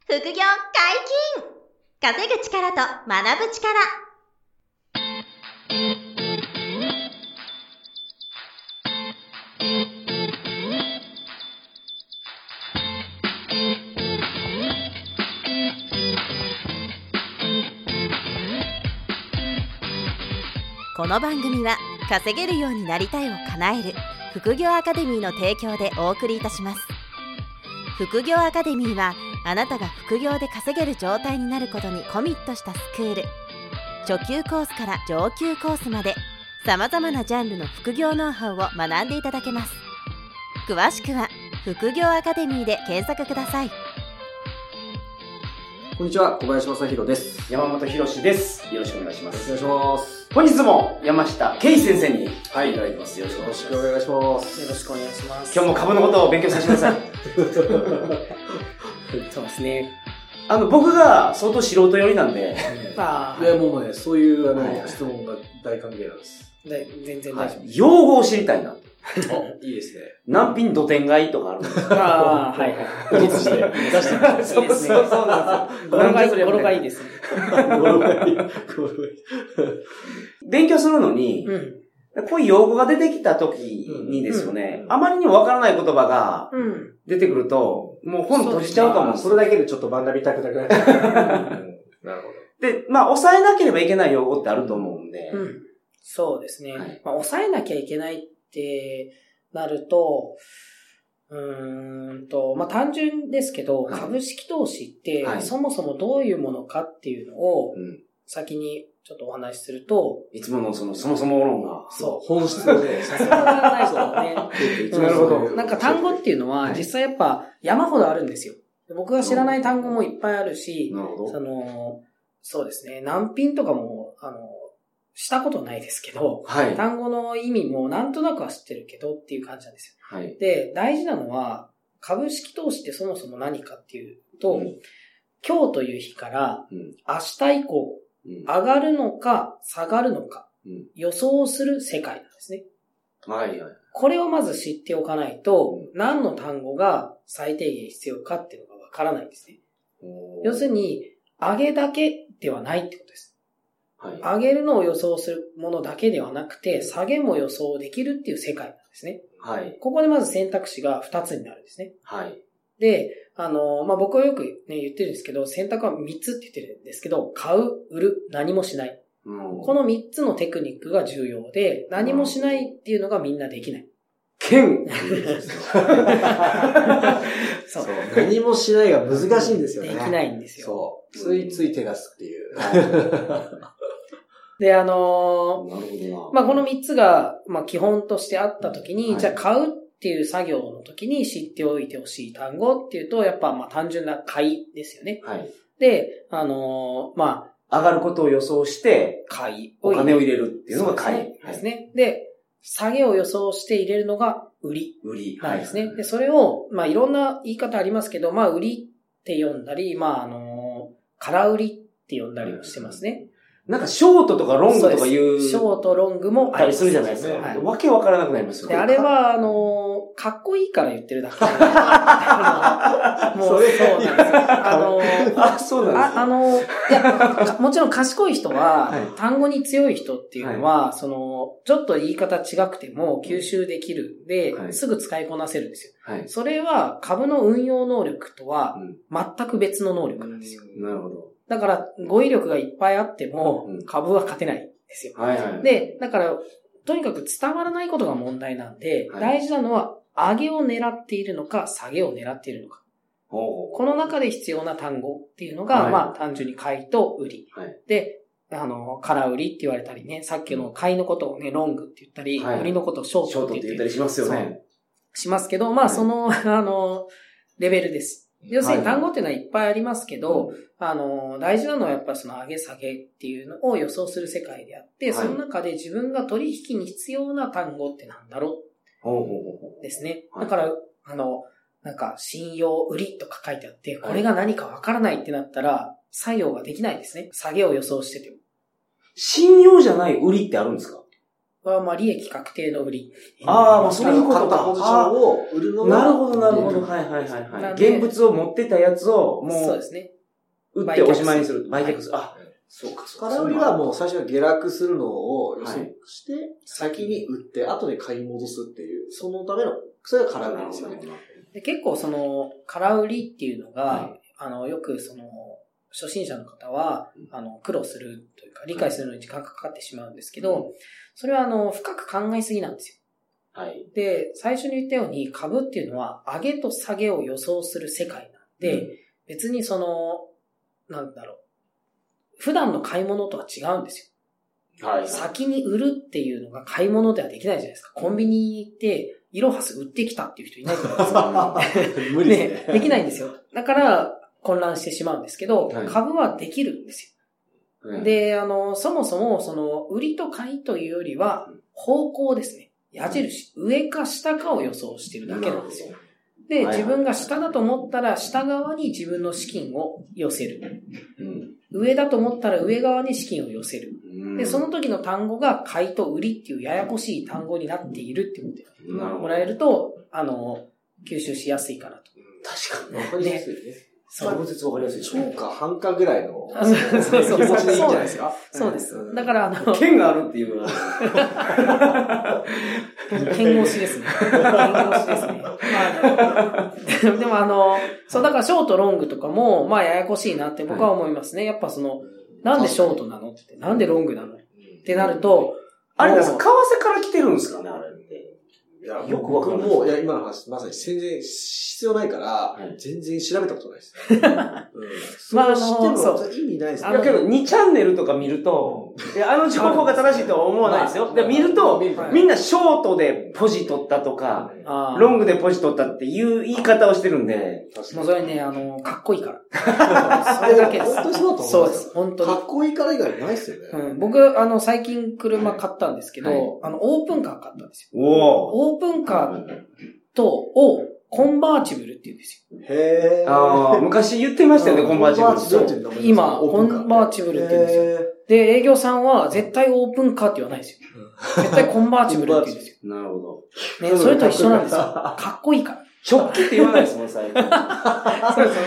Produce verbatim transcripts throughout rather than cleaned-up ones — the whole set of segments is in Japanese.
副業解禁！稼ぐ力と学ぶ力。この番組は稼げるようになりたいを叶える副業アカデミーの提供でお送りいたします。副業アカデミーはあなたが副業で稼げる状態になることにコミットしたスクール。初級コースから上級コースまでさまざまなジャンルの副業ノウハウを学んでいただけます。詳しくは副業アカデミーで検索ください。 こんにちは、小林正弘です。 山本博です。よろしくお願いします。 よろしくお願いします。 本日も山下圭先生にはい、 いただいてます。よろしくお願いします。 よろしくお願いします。 よろしくお願いします。 今日も株のことを勉強させてください。 そうですね。 あの、僕が相当素人寄りなんで。 ああ。いや、もうね、そういうあの、 はい、 質問が大歓迎なんです。 全然大丈夫です。 用語を知りたいな。 いいですね。 難品土天買いとかあるんですか？ ああ、はいはい。 一つして。出してます。そうそうそうなんですよ。 語呂がいい、語呂がいいですね。 語呂がいい。語呂がいい。 勉強するのに、うん、こういう用語が出てきた時にですよね、うん、あまりにもわからない言葉が出てくると、うん、もう本閉じちゃうと思うんです。 それだけでちょっと学びたくなくなっちゃう。なるほど。 で、まあ、抑えなければいけない用語ってあると思うんで。 うん、そうですね。 はい、 まあ、抑えなきゃいけないってなると、うーんと、まあ、単純ですけど、はい、株式投資って、はい、そもそもどういうものかっていうのを、先にちょっとお話しすると、 いつものその、そもそも論が、 そう。 本質をね、 さすがないですよね。 なるほど。 なんか単語っていうのは、実際やっぱ山ほどあるんですよ。僕が知らない単語もいっぱいあるし、 なるほど。 その、そうですね、難品とかも、あの、したことないですけど、はい、単語の意味もなんとなくは知ってるけどっていう感じなんですよ。はい、で、大事なのは、株式投資ってそもそも何かっていうと、うん、今日という日から明日以降、うん、上がるのか下がるのか、うん、予想する世界なんですね。 はいはい。 これをまず知っておかないと、うん、何の単語が最低限必要かっていうのがわからないんですね。要するに、上げだけではないってことです。はい、上げるのを予想するものだけではなくて、下げも予想できるっていう世界なんですね。はい。ここでまず選択肢がふたつになるんですね。はい。で、あの、まあ、僕はよくね、言ってるんですけど、選択はみっつって言ってるんですけど、買う、売る、何もしない。うん、このみっつのテクニックが重要で、何もしないっていうのがみんなできない。 剣そう。何もしないが難しいんですよね。 できないんですよ。 そう。ついつい手がすっていう。 で、あのー、なるほどな。まあ、このみっつが、まあ、基本としてあったときに、はい、じゃあ買うっていう作業の時に知っておいてほしい単語っていうと、やっぱまあ単純な買いですよね。はい。で、あのー、まあ、上がることを予想して、 買いお金を入れるっていうのが買い。 ですね。で、下げを予想して入れるのが売り。 売り。 なんですね。はい、で、それを、まあいろんな言い方ありますけど、まあ売りって呼んだり、まああのー、空売りって呼んだりもしてますね。 なんかショートとかロングとかいう。 ショート、ロングもありするじゃないですか。はい、わけわからなくなりますよね。で、あれは、あの、かっこいいから言ってるだけ。もうそうなんですよ。あの、 あ、そうなんですああの、いや、もちろん賢い人は、はい、単語に強い人っていうのは、はい、その、ちょっと言い方違くても吸収できるで、はい、すぐ使いこなせるんですよ。はい、それは株の運用能力とは全く別の能力なんですよ。 うん、なるほど。 だから、語彙力がいっぱいあっても、株は勝てないんですよ。はいはい、で、だから、とにかく伝わらないことが問題なんで、はい、大事なのは、上げを狙っているのか、下げを狙っているのか。この中で必要な単語っていうのが、はい、まあ、単純に買いと売り。はい、で、あの、空売りって言われたりね、さっきの買いのことをね、ロングって言ったり、はい、売りのことをショートって言ったりしますよね。 しますけど、まあ、その、あの、レベルです。要するに単語っていうのはいっぱいありますけど、はい、あの、大事なのはやっぱりその上げ下げっていうのを予想する世界であって、はい、その中で自分が取引に必要な単語ってなんだろうですね。だから、あの、なんか、信用売りとか書いてあって、これが何かわからないってなったら、作業ができないですね。下げを予想してても。 信用じゃない売りってあるんですか？ は、まあ、利益確定の売り。 ああ、まあ、そういうことか。 ポジションを売るのが。 なるほど、なるほど。はいはいはいはい。現物を持ってたやつを、もう、 そうですね。 売っておしまいにする。売却する。あ、そうか、そうか。 空売りはもう最初は下落するのを予測して、先に売って、後で買い戻すっていう、そのための、それが空売りですよね。 で結構その、空売りっていうのが、はい、あの、よくその、初心者の方は、あの、苦労するというか、理解するのに時間がかかってしまうんですけど、それはあの、深く考えすぎなんですよ。はい。で、最初に言ったように、株っていうのは、上げと下げを予想する世界なんで、うん、別にその、なんだろう、普段の買い物とは違うんですよ。はい。先に売るっていうのが買い物ではできないじゃないですか。コンビニに行って、イロハス売ってきたっていう人いないじゃないですか。無理ですね。ね。できないんですよ。だから、混乱してしまうんですけど、はい、株はできるんですよ。はい、で、あの、そもそも、その、売りと買いというよりは、方向ですね。矢印、上か下かを予想してるだけなんですよ。で、自分が下だと思ったら、下側に自分の資金を寄せる。うん、上だと思ったら、上側に資金を寄せる。で、その時の単語が買いと売りっていうややこしい単語になっているって思ってもらえると、あの、吸収しやすいかなと。 確かに。わかりやすいね。 そう。超絶わかりやすい。 超か半かぐらいのそうそうそう気持ちでいいんじゃないですか。 そうです。だからあの、 剣があるっていうのは。 剣越しですね。剣越しですね。まあ、でもあの、そう、だからショートロングとかも、まあややこしいなって僕は思いますね。やっぱその、なんでショートなのって、なんでロングなのってなると、 あれですか、為替から来てるんですかね、あれって。 いや、よくわかんない。もう、いや、今の話、まさに全然必要ないから、全然調べたことないです。うん。まあ、知っても意味ないですね。 だけど、にチャンネルとか見ると、いや、あの情報が正しいとは思わないですよ。で、見ると、みんなショートでポジ取ったとか、ロングでポジ取ったっていう言い方をしてるんで。 もうそれね、あの、かっこいいから。それだけです。 本当にそうだと思う。 そうです。本当に。 かっこいいから以外ないですよね。 うん。僕、あの、最近車買ったんですけど、あの、オープンカー買ったんですよ。おー。オープンカーと、を、コンバーチブルって言うんですよ。 へー。 あ昔言ってましたよね、コンバーチブル。 そう。今、コンバーチブルって言うんですよ。で、営業さんは絶対オープンカーって言わないですよ。絶対コンバーチブルって言うんですよ。 なるほど。 ね、それと一緒なんですよ。かっこいいから。 直帰って言わないですもん、最近。 そうそう。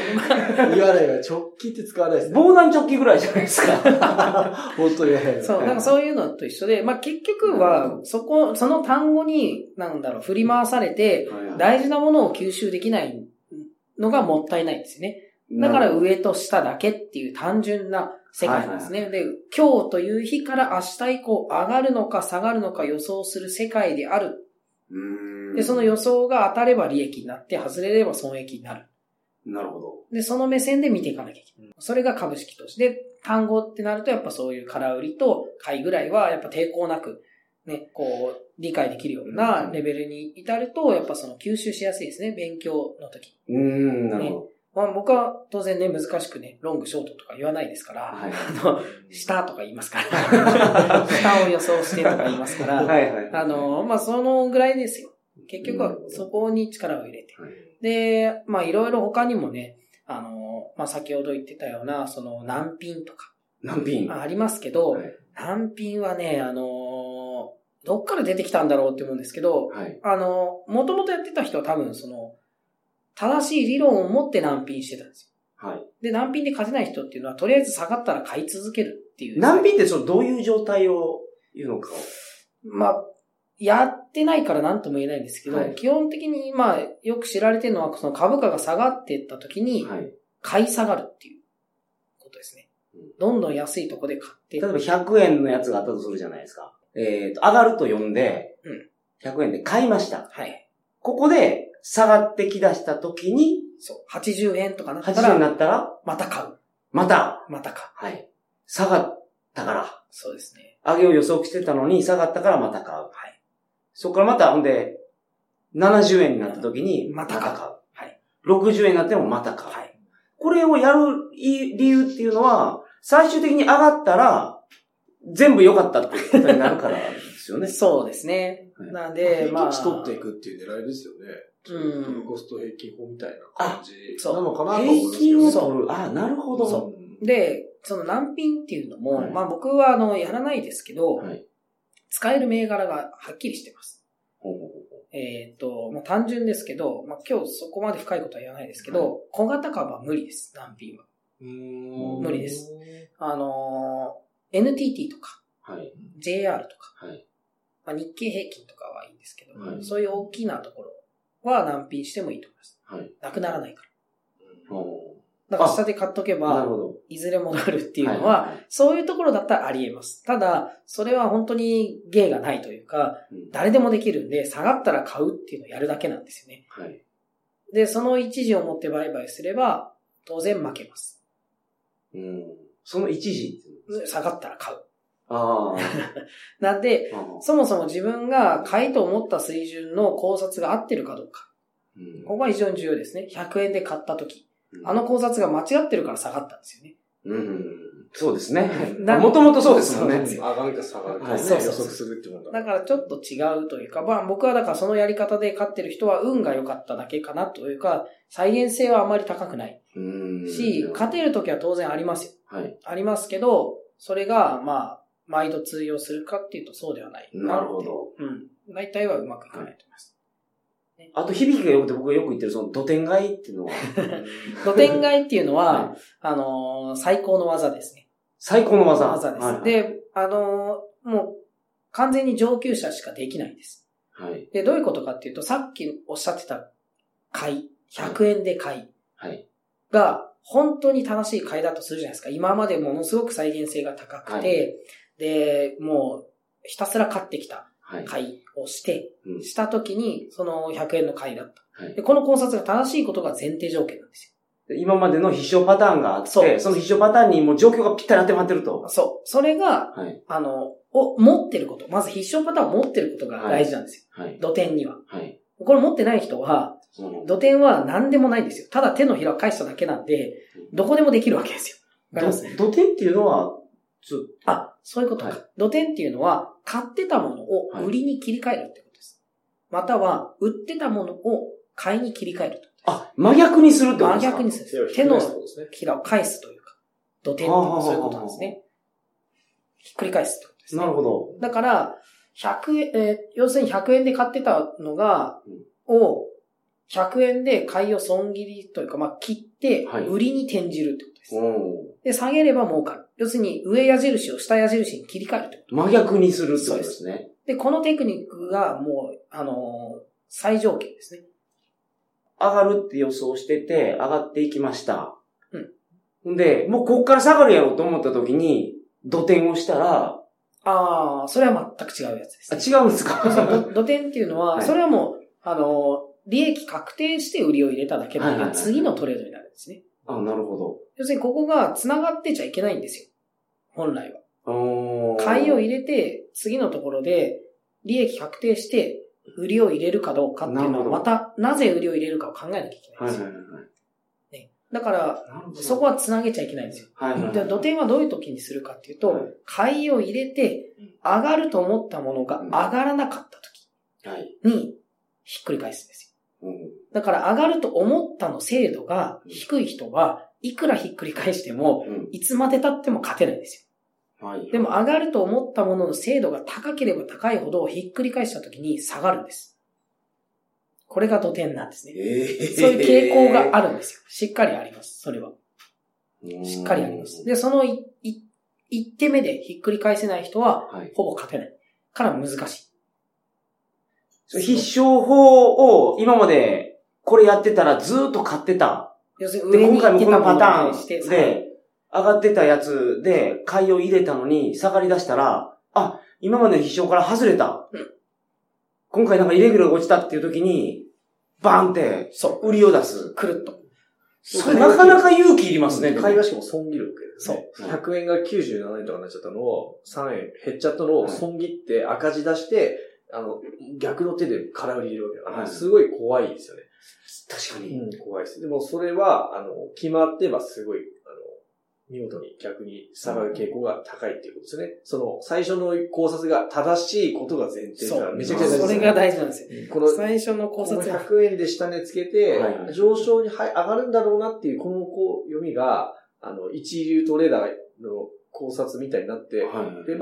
言わないから、直帰って使わないですね。 防弾直帰ぐらいじゃないですか。 本当に。 そう、なんかそういうのと一緒で、まあ結局は、そこ、その単語に、なんだろう、振り回されて、大事なものを吸収できないのがもったいないんですよね。だから上と下だけっていう単純な世界なんですね。で、今日という日から明日以降上がるのか下がるのか予想する世界である。で、その予想が当たれば利益になって、外れれば損益になる。 なるほど。 で、その目線で見ていかなきゃいけない。それが株式投資。で、単語ってなると、やっぱそういう空売りと買いぐらいは、やっぱ抵抗なく、ね、こう、理解できるようなレベルに至ると、やっぱその吸収しやすいですね、勉強の時。 うーん、なるほど。 ね、まあ、僕は当然ね、難しくね、ロング、ショートとか言わないですから、はい、あの、下とか言いますから、下を予想してとか言いますから、はいはい、あの、まあ、そのぐらいですよ。結局はそこに力を入れて。で、まあいろいろ他にもね、あの、まあ先ほど言ってたような、その難品とか。 難品ありますけど、はい、難品はね、あの、どっから出てきたんだろうって思うんですけど、はい、あの、もともとやってた人は多分その、正しい理論を持って難品してたんですよ。はい。で、難品で勝てない人っていうのは、とりあえず下がったら買い続けるっていう。 難品ってそのどういう状態を言うのか。 まあ、やってないから何とも言えないんですけど、はい、基本的に、まあ、よく知られてるのは、その株価が下がっていった時に、買い下がるっていうことですね。はい、どんどん安いとこで買って。 例えばひゃくえんのやつがあったとするじゃないですか。えっと、上がると読んで、うん、ひゃくえんで買いました。はい。ここで下がってきだした時に、 そう。はちじゅうえんとかなったら、 はちじゅうえんになったら、 また買う。 また。 また買う。 はい。下がったから。 そうですね。 上げを予測してたのに下がったからまた買う。はい。そこからまた、ほんで、ななじゅうえんになった時に、また買う。はい。ろくじゅうえんになってもまた買う。はい。これをやる理由っていうのは、最終的に上がったら、全部良かったってことになるからですよね。 そうですね。はい、なんで、まあ。 平均値取っていくっていう狙いですよね。うん。トルコスト平均法みたいな感じなのかなと思うんですけど。平均を取る。 あ、なるほど。 そう。で、その難品っていうのも、はい、まあ僕はあの、やらないですけど、はい、 使える銘柄がはっきりしてます。えっと、まあ、単純ですけど、まあ、今日そこまで深いことは言わないですけど、はい、小型株は無理です、難品は。うーん無理です。あのー、エヌティーティー とか、はい、ジェイアール とか、はいまあ、日経平均とかはいいんですけど、はい、そういう大きなところは難品してもいいと思います。はい、なくならないから。うんだから下で買っとけば、いずれ戻るっていうのは、はいはい、そういうところだったらあり得ます。ただ、それは本当に芸がないというか、うん、誰でもできるんで、下がったら買うっていうのをやるだけなんですよね。はい、で、その一時を持って売買すれば、当然負けます。 うん、その一時下がったら買う。あなんで、そもそも自分が買いと思った水準の考察が合ってるかどうか。うん、ここが非常に重要ですね。ひゃくえんで買ったとき。あの考察が間違ってるから下がったんですよね。 うん。そうですね。もともとそうですもんね。 上がるか下がるか、ね、そう予測するってもんだ。 だからちょっと違うというか、まあ僕はだからそのやり方で勝ってる人は運が良かっただけかなというか、再現性はあまり高くない。し、勝てるときは当然ありますよ。はい。ありますけど、それがまあ、毎度通用するかっていうとそうではない。 なるほど。 うん。大体はうまくいかないと思います。 あと響きが良くて僕がよく言ってるその土天買いっていうのは土天買いっていうのは、はい、あのー、最高の技ですね。 最高の技技です。はいはい、で、あのー、もう完全に上級者しかできないんです。はい。で、どういうことかっていうと、さっきおっしゃってた買い、ひゃくえんで買いが本当に正しい買いだとするじゃないですか。今までものすごく再現性が高くて、はい、で、もうひたすら買ってきた。買いをして、はい、したときに、そのひゃくえんの買いだった、はいで。この考察が正しいことが前提条件なんですよ。今までの必勝パターンがあって、そ, その必勝パターンにもう状況がぴったり当てはまってると。 そう。それが、はい、あの、を持ってること。まず必勝パターンを持ってることが大事なんですよ。はい、土天には、はい。これ持ってない人は、土天は何でもないんですよ。ただ手のひらを返しただけなんで、どこでもできるわけですよ。わかりますね。 土天っていうのは、 あ、そういうことか。はい、土天っていうのは、買ってたものを売りに切り替えるってことです。はい、または、売ってたものを買いに切り替えるってことです。 あ、真逆にするってことですか？ 真逆にする。手のひらを返すというか、土天ってそういうことなんですね。ひっくり返すってことですね。 なるほど。 だから、ひゃくえん、えー、要するにひゃくえんで買ってたのが、うん、を、ひゃくえんで買いを損切りというか、まあ、切って、売りに転じるってことです。はい、で、下げれば儲かる。要するに、上矢印を下矢印に切り替えるってこと。 真逆にするってことですね。 で、このテクニックがもう、あのー、最条件ですね。 上がるって予想してて、上がっていきました。うん。で、もうこっから下がるやろうと思った時に、土天をしたら、 ああ、それは全く違うやつです、 ね。あ、違うんですか？ 土天っていうのは、はい、それはもう、あのー、利益確定して売りを入れただけなので、次のトレードになるんですね。 あ、なるほど。 要するにここが繋がってちゃいけないんですよ。本来は。買いを入れて、次のところで利益確定して、売りを入れるかどうかっていうのは、また、なぜ売りを入れるかを考えなきゃいけないんですよ。はいはいはいね、だから、そこは繋げちゃいけないんですよ。はいはいはい、で土天はどういう時にするかっていうと、はい、買いを入れて、上がると思ったものが上がらなかった時に、ひっくり返すんですよ。だから上がると思ったの精度が低い人はいくらひっくり返してもいつまで経っても勝てないんですよ。はい、でも上がると思ったものの精度が高ければ高いほどひっくり返した時に下がるんです。これが土天なんですね。えー、そういう傾向があるんですよ。しっかりあります。それは。しっかりあります。で、そのいい一手目でひっくり返せない人はほぼ勝てない。から難しい。 必勝法を今までこれやってたらずーっと買ってた。 要するに上に行ってたパターンで上がってたやつで買いを入れたのに下がり出したら、あ、今までの必勝から外れた。うん、今回なんかイレギュラーが落ちたっていう時に、バーンって、そう、売りを出す。 くるっと。 それなかなか勇気いりますね。 買いはしかも損切るわけですね。そう。ひゃくえんがきゅうじゅうななえんとかになっちゃったのを、さんえん減っちゃったのを損切って赤字出して、あの、逆の手で空売り入れるわけだから、はい、すごい怖いですよね。 確かに。 うん、怖いです。でもそれは、あの、決まってばすごい、あの、見事に逆に下がる傾向が高いっていうことですね。その、最初の考察が正しいことが前提だからめちゃくちゃ大事です、ね。 それが大事なんですよ。この、最初の考察が。ひゃくえんで下値つけて、はい、上昇に上がるんだろうなっていう、このこう読みが、あの、一流トレーダーの考察みたいになってれば、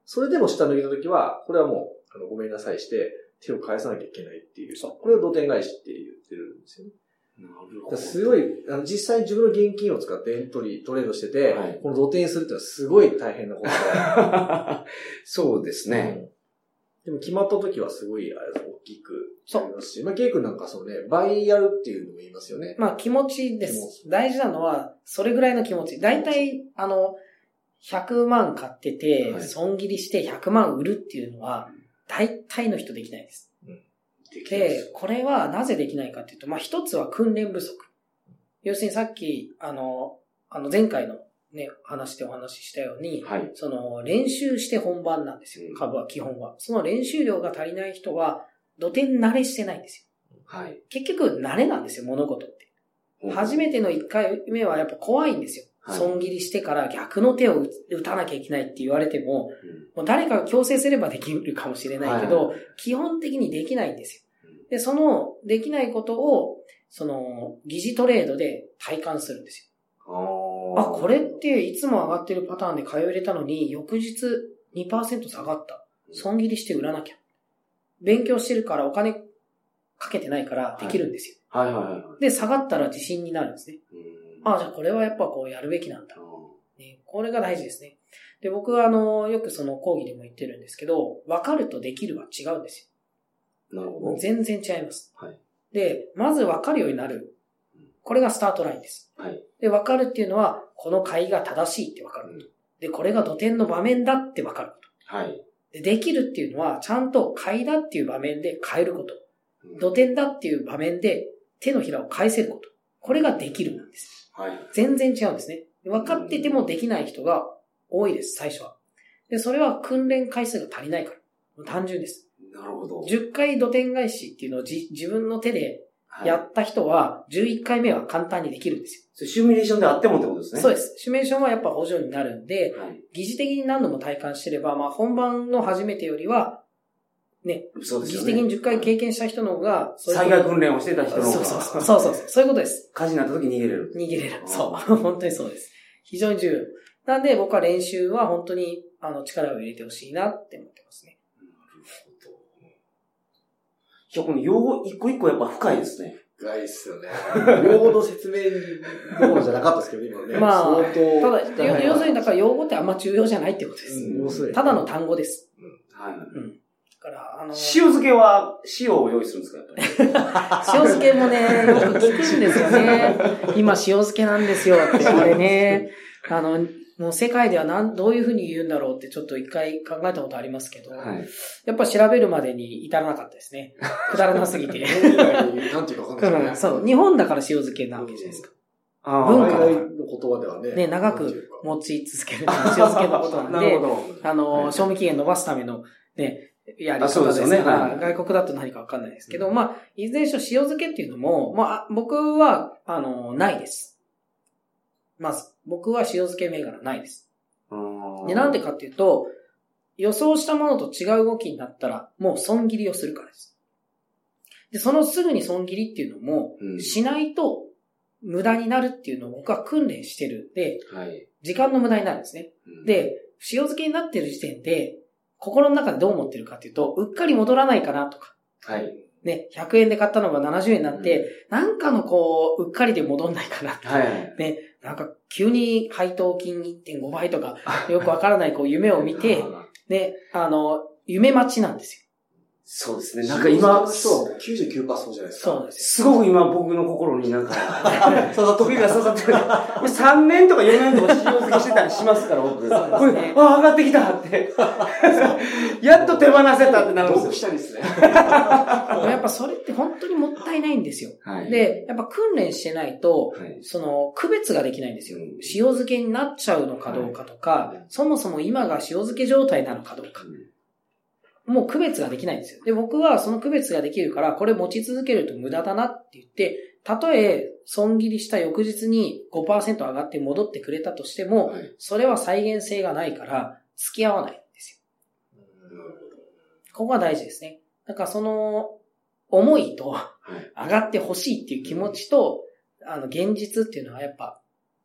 それでも下抜けたときは、これはもう、あの、ごめんなさいして、手を返さなきゃいけないっていう。これを土天返しって言ってるんですよね。なるほど。すごい、あの、実際に自分の現金を使ってエントリー、トレードしてて、はい、この土天するってのはすごい大変なことで。 そうですね。 うん、でも決まった時はすごい、あれ、大きくなりますし、まあ、ケイ君なんかそうね、倍やるっていうのも言いますよね。 まあ、気持ちです。大事なのは、それぐらいの気持ち。だいたい、あの、ひゃくまん買ってて、はい、損切りしてひゃくまん売るっていうのは、大体の人できないです。うん、で, で、これはなぜできないかっていうと、まあ、一つは訓練不足。要するにさっき、あの、あの前回のね、話でお話ししたように、はい、その練習して本番なんですよ。株は基本は。その練習量が足りない人は、土天慣れしてないんですよ。はい、結局、慣れなんですよ、物事って。うん、初めてのいっかいめはやっぱ怖いんですよ。はい、損切りしてから逆の手を打たなきゃいけないって言われても、うん、もう誰かが強制すればできるかもしれないけど、はい、基本的にできないんですよ。で、そのできないことを、その疑似トレードで体感するんですよ。あ、これっていつも上がってるパターンで買い入れたのに、翌日 にパーセント 下がった。損切りして売らなきゃ。勉強してるからお金かけてないからできるんですよ。はいはいはいはい、で、下がったら自信になるんですね。ああ、じゃあこれはやっぱこうやるべきなんだ。ね、これが大事ですね。で、僕はあの、よくその講義でも言ってるんですけど、分かるとできるは違うんですよ。なるほど。全然違います。はい。で、まず分かるようになる。これがスタートラインです。はい。で、分かるっていうのは、この買いが正しいって分かること。で、これが土天の場面だって分かること。はい。で、できるっていうのは、ちゃんと買いだっていう場面で買えること。土天だっていう場面で手のひらを返せること。これができるなんです。はい、全然違うんですね。分かっててもできない人が多いです、最初は。で、それは訓練回数が足りないから。単純です。なるほど。じゅっかい土天返しっていうのをじ自分の手でやった人は、じゅういっかいめは簡単にできるんですよ。 それシミュレーションであってもってことですね。 そうです。シミュレーションはやっぱ補助になるんで、はい、疑似的に何度も体感してれば、まあ本番の初めてよりは、ね。そうですよね。疑似的にじゅっかい経験した人の方が、 災害訓練をしてた人の方が。 そうそうそう。そうそうそう。そういうことです。 火事になった時逃げれる。 逃げれる。そう。本当にそうです。非常に重要。なんで僕は練習は本当に、あの、力を入れてほしいなって思ってますね。なるほど。 いや、この用語一個一個やっぱ深いですね。 深いっすよね。用語の説明どころじゃなかったですけど、今ね。 まあ、相当。ただ、要するにだから用語ってあんま重要じゃないってことです。うん、要するに。ただの単語です。うん。はい。うん。だから、あのー、 塩漬けは塩を用意するんですか、やっぱり。 塩漬けもね、よく聞くんですよね。今塩漬けなんですよって、あれね。あの、もう世界ではなんどういうふうに言うんだろうってちょっと一回考えたことありますけど、はい、やっぱ調べるまでに至らなかったですね。くだらなすぎて。 なんていうかわかんないですね。 そう、日本だから塩漬けなわけじゃないですか。 あ文化の言葉ではね。 ね、長く持ち続ける塩漬けのことなんで、なるほどあの、はい、賞味期限伸ばすためのね、やり方ですから、ねはい、外国だと何かわかんないですけど、うん、まあ、いずれにしろ塩漬けっていうのも、まあ、僕は、あの、ないです。まず、僕は塩漬け銘柄ないです。で、なんでかっていうと、予想したものと違う動きになったら、もう損切りをするからです。で、そのすぐに損切りっていうのも、しないと無駄になるっていうのを僕は訓練してる。で、はい、時間の無駄になるんですね。うん、で、塩漬けになってる時点で、心の中でどう思ってるかっていうと、うっかり戻らないかなとか。はい。ね、ひゃくえんで買ったのがななじゅうえんになって、うん、なんかのこう、うっかりで戻んないかなって。はい。ね、なんか急に配当金 いってんご 倍とか、よくわからないこう夢を見て、ね、あの、夢待ちなんですよ。 そうですね。なんか今、 そう、きゅうじゅうきゅうパーセント そうじゃないですか。 そうです。 すごく今僕の心になんか、時が刺さってる。さんねんとかよねんとか使用付けしてたりしますから、僕。そうですね。あ、上がってきたって。やっと手放せたってなるんですよ。 したいですね。 やっぱそれって本当にもったいないんですよ。はい、で、やっぱ訓練してないと、はい、その、区別ができないんですよ。うん、塩漬けになっちゃうのかどうかとか、はい、そもそも今が塩漬け状態なのかどうか。うんもう区別ができないんですよ。で、僕はその区別ができるから、これ持ち続けると無駄だなって言って、たとえ損切りした翌日に ごパーセント 上がって戻ってくれたとしても、はい、それは再現性がないから、付き合わないんですよ。ここが大事ですね。だからその、思いと、上がってほしいっていう気持ちと、あの、現実っていうのはやっぱ、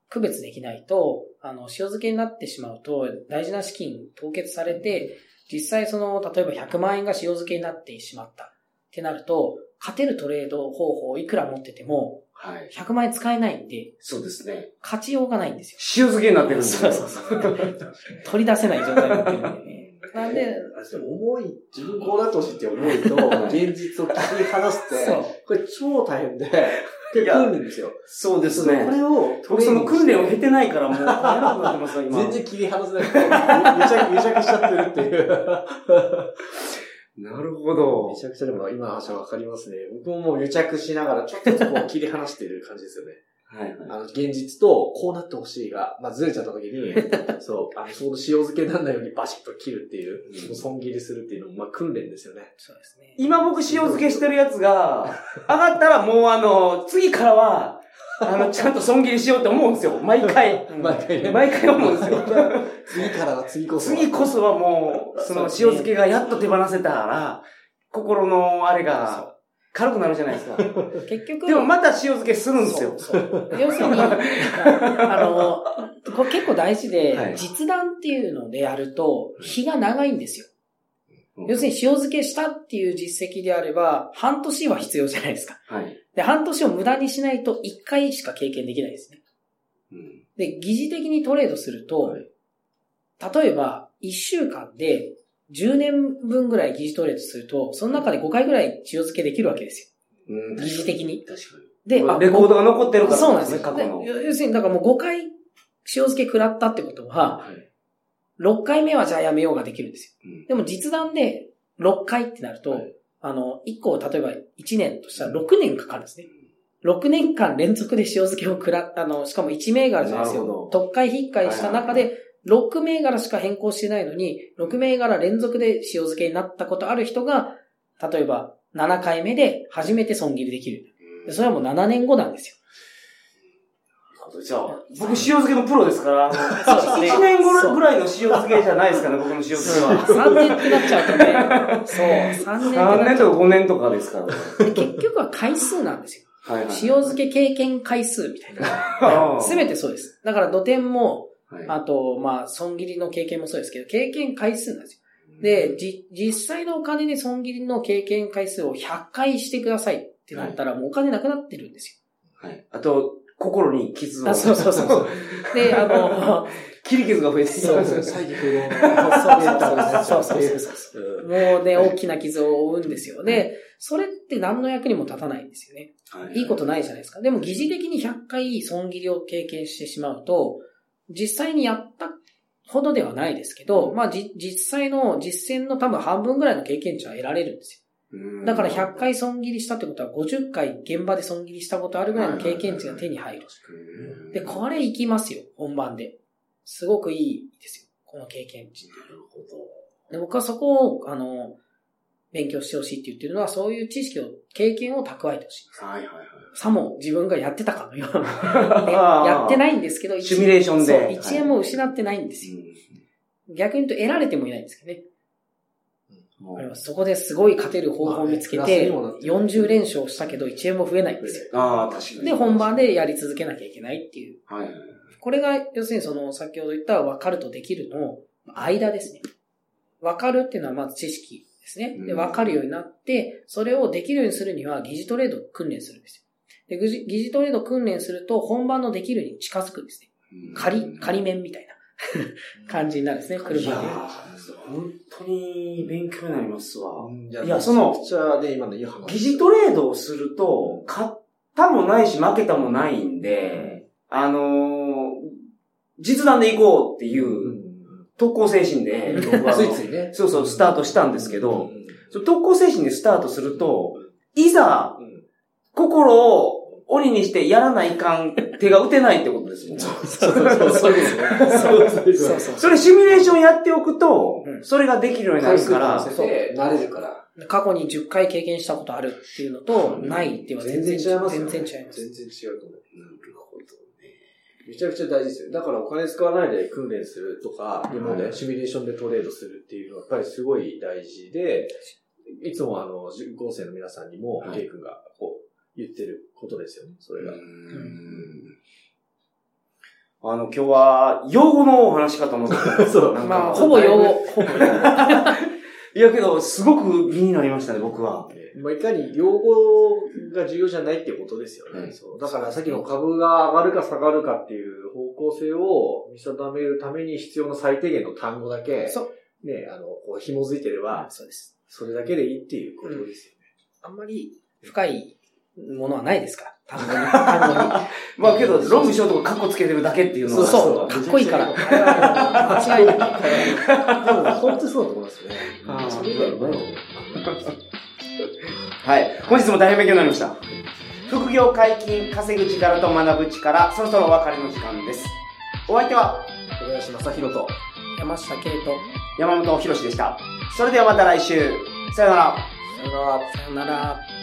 区別できないと、あの、塩漬けになってしまうと、大事な資金凍結されて、実際その、例えばひゃくまんえんが塩漬けになってしまったってなると、勝てるトレード方法をいくら持ってても、はい。ひゃくまんえん使えないんで。 そうですね。 勝ちようがないんですよ。 塩漬けになってるんですよ。 そうそうそう。取り出せない状態になってるんでね。なんで、 でも思い、自分こうなってほしいって思いと、現実を切り離すって、これ超大変で、訓練ですよ。 そうですね。 これを、 僕その訓練を経てないからもう大変なことになってますよ、今。 全然切り離せなくて、癒着しちゃってるっていう。 なるほど。 めちゃくちゃでも今の話はわかりますね。僕ももう癒着しながらちょっとずつこう切り離してる感じですよね。はいはい。あの、現実とこうなってほしいが、まあ、ずれちゃった時に、そう、あの、その塩漬けにならないようにバシッと切るっていう、うん、損切りするっていうのも、まあ、訓練ですよね。 そうですね。 今僕塩漬けしてるやつが、上がったらもうあの、次からは、あの、ちゃんと損切りしようって思うんですよ。毎回。 毎回ね。 毎回思うんですよ。 次からは次こそは。次こそはもう、その塩漬けがやっと手放せたら、心のあれが軽くなるじゃないですか。 結局。 でもまた塩漬けするんですよ。 そうそう要するに、あの、これ結構大事で、はい、実弾っていうのでやると、日が長いんですよ。うん、要するに塩漬けしたっていう実績であれば、半年は必要じゃないですか。はい、で、半年を無駄にしないといっかいしか経験できないですね。うん、で、疑似的にトレードすると、はい、例えばいっしゅうかんでじゅうねんぶんぐらい疑似トレードすると、その中でごかいぐらい塩漬けできるわけですよ。うん、疑似的に。 確かに。 で、 あ、レコードが残ってるから、 そうなんですね、過去の。要するに、だからもうごかい塩漬け食らったってことは、はい、ろっかいめはじゃあやめようができるんですよ。うん、でも実弾でろっかいってなると、はい、あの、いっこ例えばいちねんとしたらろくねんかかるんですね。ろくねんかん連続で塩漬けを食ら、あの、しかもいち銘柄じゃないですよ。特会引っかいした中で、ろく銘柄しか変更してないのに、ろく銘柄連続で塩漬けになったことある人が、例えばななかいめで初めて損切りできる。それはもうななねんごなんですよ。 じゃあ、僕塩漬けのプロですから、そうですね、いちねんごぐらいの塩漬けじゃないですかね、僕の塩漬けは。 さんねんってなっちゃうとね。そう、さんねんってなっちゃう。 さんねんとかごねんとかですから、ね。 結局は回数なんですよ。はいはい、塩漬け経験回数みたいな。すべてそうです。だから土点も、はい、あと、まあ、損切りの経験もそうですけど、経験回数なんですよ。で、じ、実際のお金で損切りの経験回数をひゃっかいしてくださいってなったら、もうお金なくなってるんですよ。はい。あと、心に傷を。 あ、そうそうそう。で、あの、 切り傷が増えてきた。そうそう、再起不動の。 そうそうそう。もうね、大きな傷を負うんですよ。で、それって何の役にも立たないんですよね。はい、いいことないじゃないですか。でも疑似的にひゃっかい損切りを経験してしまうと、実際にやったほどではないですけど、まあ、じ、実際の実践の多分半分ぐらいの経験値は得られるんですよ。だからひゃっかい損切りしたってことはごじゅっかい現場で損切りしたことあるぐらいの経験値が手に入る。で、これいきますよ、本番で。すごくいいですよ、この経験値。なるほど。で、僕はそこを、あの、勉強してほしいって言ってるのは、そういう知識を、経験を蓄えてほしいです。はいはいはい。さも自分がやってたかのような。やってないんですけど、 シミュレーションで。 そう、いちえんも失ってないんですよ。はい、逆に言うと得られてもいないんですけどね。うん、そこですごい勝てる方法を見つけて、よんじゅうれんしょうしたけどいちえんも増えないんですよ。 ああ、確かに。 で、本番でやり続けなきゃいけないっていう。はいはい、これが、要するにその、先ほど言った分かるとできるの間ですね。分かるっていうのはまず知識ですね。で、分かるようになって、それをできるようにするには疑似トレードを訓練するんですよ。で、疑似トレードを訓練すると本番のできるに近づくんですね。仮、仮面みたいな感じになるんですね、車で。いや本当に勉強になりますわ。 いや、その、疑似トレードをすると、勝ったもないし負けたもないんで、あのー、実弾で行こうっていう、特攻精神で、 ついついね。 そうそう、スタートしたんですけど、特攻精神でスタートすると、いざ、心を鬼にしてやらないかん、手が打てないってことですもんね。そうそうそう、そうですね。そうそう。それシミュレーションやっておくと、それができるようになるから、 慣れるから。 過去にじゅっかい経験したことあるっていうのと、ないっていうのは全然違います。全然違います。 全然違うと思う。めちゃくちゃ大事ですよ。だからお金使わないで訓練するとか、でもね、シミュレーションでトレードするっていうのはやっぱりすごい大事で、いつもあの、受講生の皆さんにも、ケイ君がこう言ってることですよね、それが。うんあの、今日は、用語のお話かと思ってた。 そう。 まあ、ほぼ用語。ほぼ用語。 いやけど、すごく気になりましたね、僕は。 まあ、いかに用語が重要じゃないっていうことですよね。うん、そうだからさっきの株が上がるか下がるかっていう方向性を見定めるために必要な最低限の単語だけ、そう。ね、あの、こう紐づいてれば、そうです。それだけでいいっていうことですよね。 うん、あんまり深いものはないですから。単語に。単語に。 まあけど、ロングショートがカッコつけてるだけっていうのは。 そうそう。かっこいいから。間違いない。 でも、本当にそうだと思いますよね。あそれ以外ないと思う。 はい。本日も大変勉強になりました。副業解禁、稼ぐ力と学ぶ力、そろそろお別れの時間です。お相手は、 小林正宏と、 山下圭と、 山本博史でした。それではまた来週。さよなら。 さよなら。 さよなら。